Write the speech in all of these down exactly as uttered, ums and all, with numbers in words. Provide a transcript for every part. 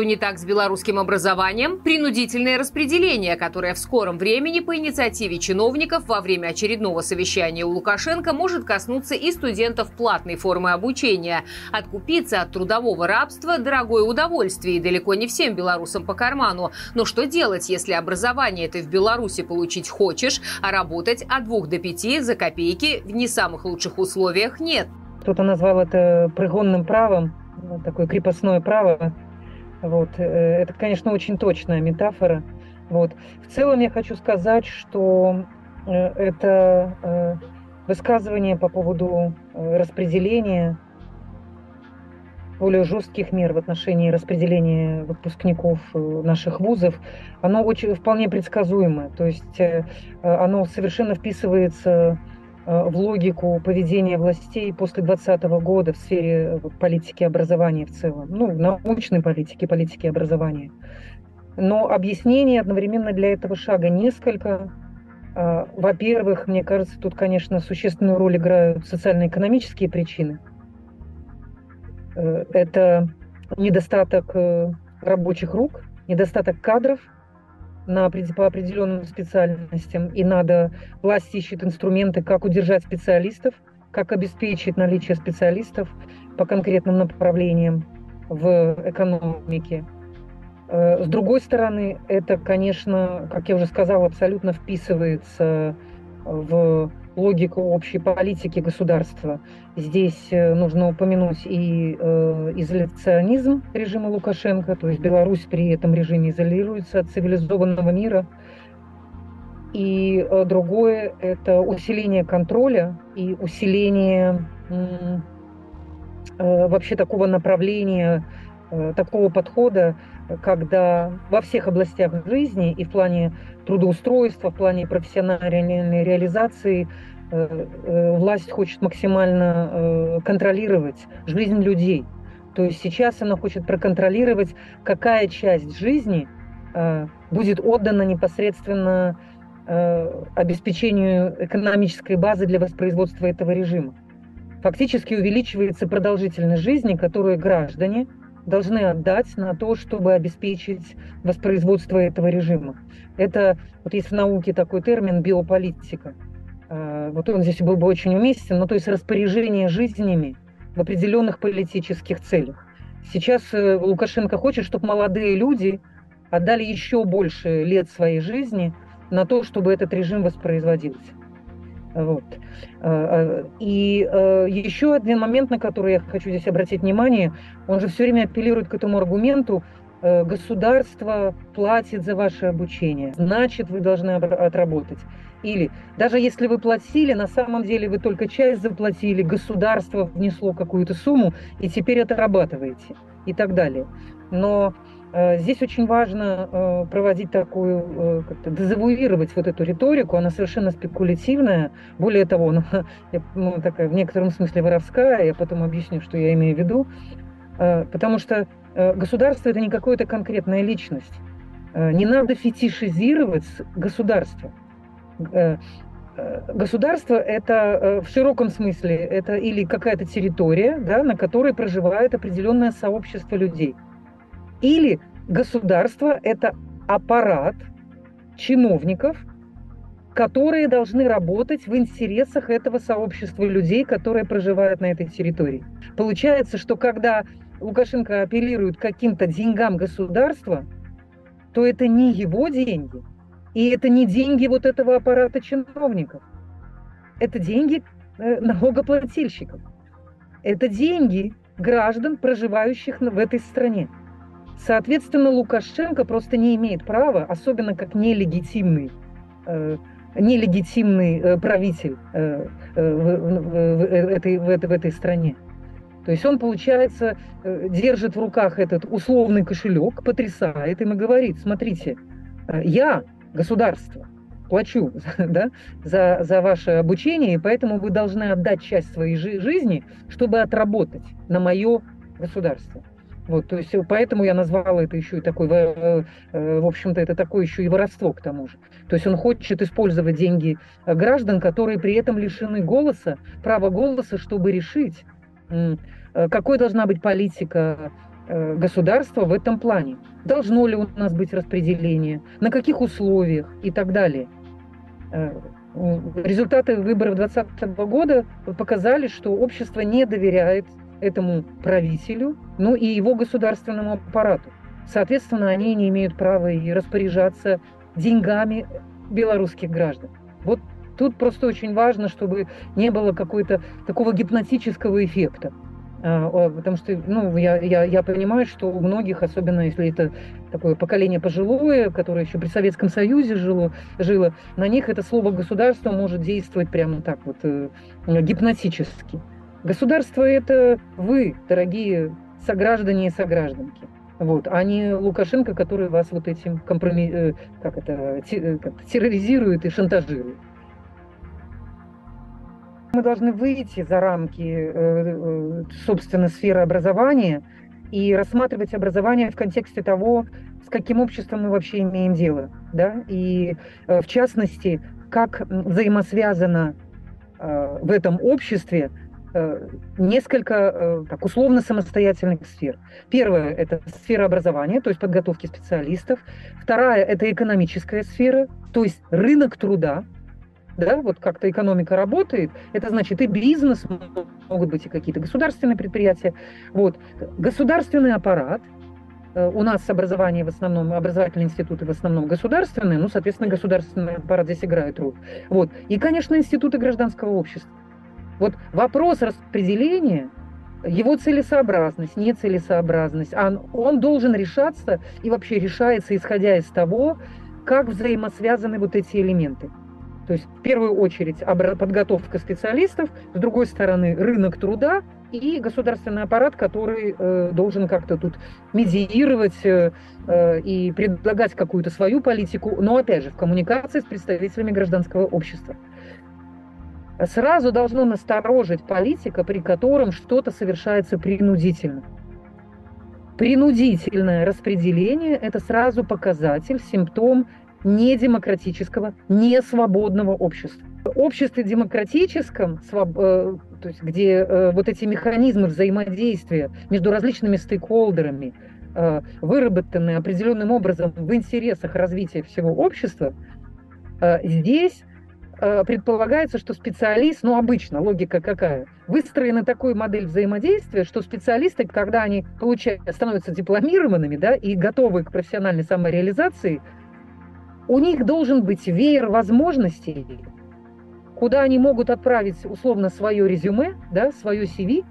Что не так с белорусским образованием? Принудительное распределение, которое в скором времени по инициативе чиновников во время очередного совещания у Лукашенко может коснуться и студентов платной формы обучения. Откупиться от трудового рабства – дорогое удовольствие, и далеко не всем белорусам по карману. Но что делать, если образование ты в Беларуси получить хочешь, а работать от двух до пяти за копейки в не самых лучших условиях нет? Кто-то назвал это пригонным правом, такое крепостное право. Вот. Это, конечно, очень точная метафора. Вот. В целом я хочу сказать, что это высказывание по поводу распределения, более жестких мер в отношении распределения выпускников наших вузов, оно очень, вполне предсказуемо. То есть оно совершенно вписывается в логику поведения властей после двадцатого года в сфере политики образования в целом, ну, научной политики, политики образования. Но объяснений одновременно для этого шага несколько. Во-первых, мне кажется, тут, конечно, существенную роль играют социально-экономические причины. Это недостаток рабочих рук, недостаток кадров на, по определенным специальностям, и надо, власть ищет инструменты, как удержать специалистов, как обеспечить наличие специалистов по конкретным направлениям в экономике. С другой стороны, это, конечно, как я уже сказала, абсолютно вписывается в логику общей политики государства. Здесь нужно упомянуть и э, изоляционизм режима Лукашенко, то есть Беларусь при этом режиме изолируется от цивилизованного мира. И э, другое – это усиление контроля и усиление э, э, вообще такого направления, э, такого подхода, когда во всех областях жизни и в плане трудоустройства, в плане профессиональной реализации власть хочет максимально контролировать жизнь людей. То есть сейчас она хочет проконтролировать, какая часть жизни будет отдана непосредственно обеспечению экономической базы для воспроизводства этого режима. Фактически увеличивается продолжительность жизни, которую граждане должны отдать на то, чтобы обеспечить воспроизводство этого режима. Это, вот есть в науке такой термин биополитика. Вот он здесь был бы очень уместен, ну то есть распоряжение жизнями в определенных политических целях. Сейчас Лукашенко хочет, чтобы молодые люди отдали еще больше лет своей жизни на то, чтобы этот режим воспроизводился. Вот. И еще один момент, на который я хочу здесь обратить внимание, он же все время апеллирует к этому аргументу: государство платит за ваше обучение, значит, вы должны отработать. Или даже если вы платили, на самом деле вы только часть заплатили, государство внесло какую-то сумму, и теперь отрабатываете, и так далее. Но э, здесь очень важно э, проводить такую, э, как-то дезавуировать вот эту риторику, она совершенно спекулятивная. Более того, она, ну, такая в некотором смысле воровская, я потом объясню, что я имею в виду. Э, потому что э, государство – это не какая-то конкретная личность. Э, не надо фетишизировать государство. Государство – это в широком смысле это или какая-то территория, да, на которой проживает определенное сообщество людей. Или государство – это аппарат чиновников, которые должны работать в интересах этого сообщества людей, которые проживают на этой территории. Получается, что когда Лукашенко апеллирует к каким-то деньгам государства, то это не его деньги. И это не деньги вот этого аппарата чиновников. Это деньги налогоплательщиков. Это деньги граждан, проживающих в этой стране. Соответственно, Лукашенко просто не имеет права, особенно как нелегитимный, э, нелегитимный э, правитель э, э, в, в, в, этой, в, этой, в этой стране. То есть он, получается, э, держит в руках этот условный кошелек, потрясает им и говорит: смотрите, э, я... государство, плачу да, за, за ваше обучение, и поэтому вы должны отдать часть своей жи- жизни, чтобы отработать на мое государство. Вот, то есть поэтому я назвала это еще и такой, в, в общем-то, это такое еще и воровство к тому же. То есть он хочет использовать деньги граждан, которые при этом лишены голоса, права голоса, чтобы решить, какой должна быть политика э, государства в этом плане. Должно ли у нас быть распределение, на каких условиях и так далее. Э, результаты выборов две тысячи двадцатого года показали, что общество не доверяет этому правителю, ну и его государственному аппарату. Соответственно, они не имеют права и распоряжаться деньгами белорусских граждан. Вот тут просто очень важно, чтобы не было какого-то такого гипнотического эффекта. Потому что ну, я, я, я понимаю, что у многих, особенно если это такое поколение пожилое, которое еще при Советском Союзе жило, жило, на них это слово «государство» может действовать прямо так вот э, гипнотически. Государство – это вы, дорогие сограждане и согражданки. Вот, а не Лукашенко, который вас вот этим компроми... э, как это, те, как терроризирует и шантажирует. Мы должны выйти за рамки, собственно, сферы образования и рассматривать образование в контексте того, с каким обществом мы вообще имеем дело. Да? И, в частности, как взаимосвязано в этом обществе несколько так, условно самостоятельных сфер. Первая – это сфера образования, то есть подготовки специалистов. Вторая – это экономическая сфера, то есть рынок труда. Да, вот как-то экономика работает, это значит и бизнес, могут быть и какие-то государственные предприятия. Вот. Государственный аппарат, у нас образование в основном, образовательные институты в основном государственные, ну, соответственно, государственный аппарат здесь играет роль. Вот. И, конечно, институты гражданского общества. Вот вопрос распределения, его целесообразность, нецелесообразность, он, он должен решаться и вообще решается, исходя из того, как взаимосвязаны вот эти элементы. То есть в первую очередь подготовка специалистов, с другой стороны рынок труда и государственный аппарат, который э, должен как-то тут медиировать э, и предлагать какую-то свою политику, но опять же в коммуникации с представителями гражданского общества. Сразу должно насторожить политика, при котором что-то совершается принудительно. Принудительное распределение – это сразу показатель, симптом недемократического, несвободного общества. В обществе демократическом, то есть где вот эти механизмы взаимодействия между различными стейкхолдерами выработаны определенным образом в интересах развития всего общества, здесь предполагается, что специалист, ну обычно логика какая, выстроена такой модель взаимодействия, что специалисты, когда они получают, становятся дипломированными, да, и готовы к профессиональной самореализации, у них должен быть веер возможностей, куда они могут отправить условно свое резюме, да, свое си ви,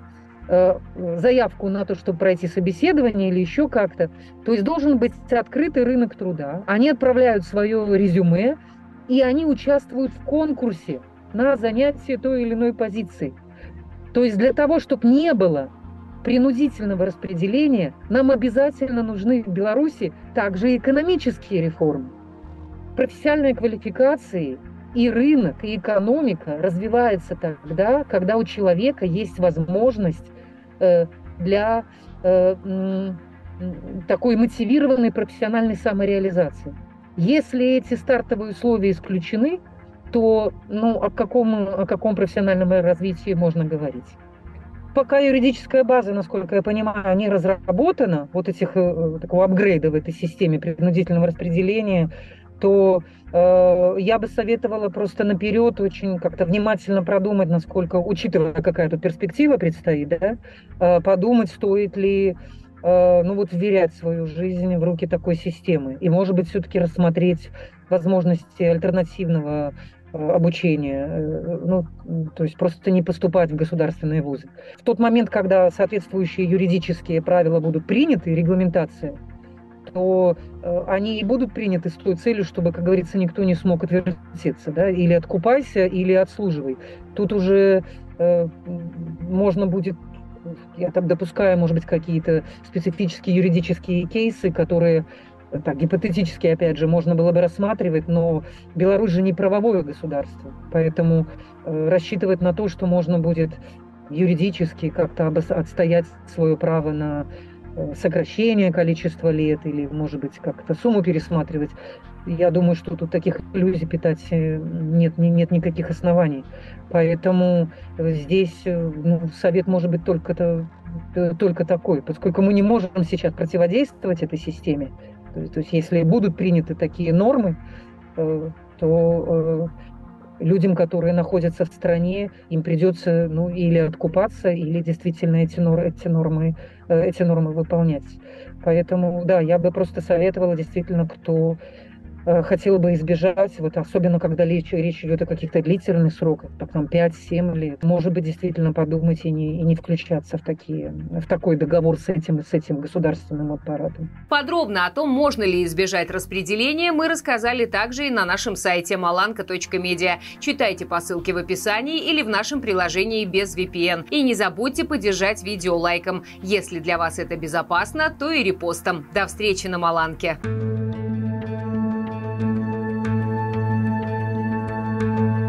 э, заявку на то, чтобы пройти собеседование или еще как-то. То есть должен быть открытый рынок труда. Они отправляют свое резюме, и они участвуют в конкурсе на занятие той или иной позиции. То есть для того, чтобы не было принудительного распределения, нам обязательно нужны в Беларуси также экономические реформы. Профессиональные квалификации и рынок, и экономика развиваются тогда, когда у человека есть возможность э, для э, э, такой мотивированной профессиональной самореализации. Если эти стартовые условия исключены, то ну, о, каком, о каком профессиональном развитии можно говорить? Пока юридическая база, насколько я понимаю, не разработана, вот этих э, такого апгрейда в этой системе принудительного распределения, то э, я бы советовала просто наперед очень как-то внимательно продумать, насколько, учитывая, какая тут перспектива предстоит, да, э, подумать, стоит ли э, ну, вот, вверять свою жизнь в руки такой системы. И, может быть, все-таки рассмотреть возможности альтернативного обучения, ну, то есть просто не поступать в государственные вузы. В тот момент, когда соответствующие юридические правила будут приняты, регламентация, то э, они и будут приняты с той целью, чтобы, как говорится, никто не смог отвертеться, да, или откупайся, или отслуживай. Тут уже э, можно будет, я так допускаю, может быть, какие-то специфические юридические кейсы, которые так, гипотетически, опять же, можно было бы рассматривать, но Беларусь же не правовое государство, поэтому э, рассчитывать на то, что можно будет юридически как-то отстоять свое право на э, сокращение количества лет или, может быть, как-то сумму пересматривать, я думаю, что тут таких иллюзий питать нет, нет никаких оснований. Поэтому здесь ну, совет может быть только, только такой, поскольку мы не можем сейчас противодействовать этой системе. То есть, то есть если будут приняты такие нормы, то людям, которые находятся в стране, им придется ну, или откупаться, или действительно эти, нор, эти, нормы, эти нормы выполнять. Поэтому, да, я бы просто советовала действительно, кто хотела бы избежать, вот особенно когда речь, речь идет о каких-то длительных сроках, так, там пять-семь лет, может быть, действительно подумать и не, и не включаться в, такие, в такой договор с этим, с этим государственным аппаратом. Подробно о том, можно ли избежать распределения, мы рассказали также и на нашем сайте маланка точка медиа. Читайте по ссылке в описании или в нашем приложении без ви пи эн. И не забудьте поддержать видео лайком. Если для вас это безопасно, то и репостом. До встречи на Маланке! Thank you.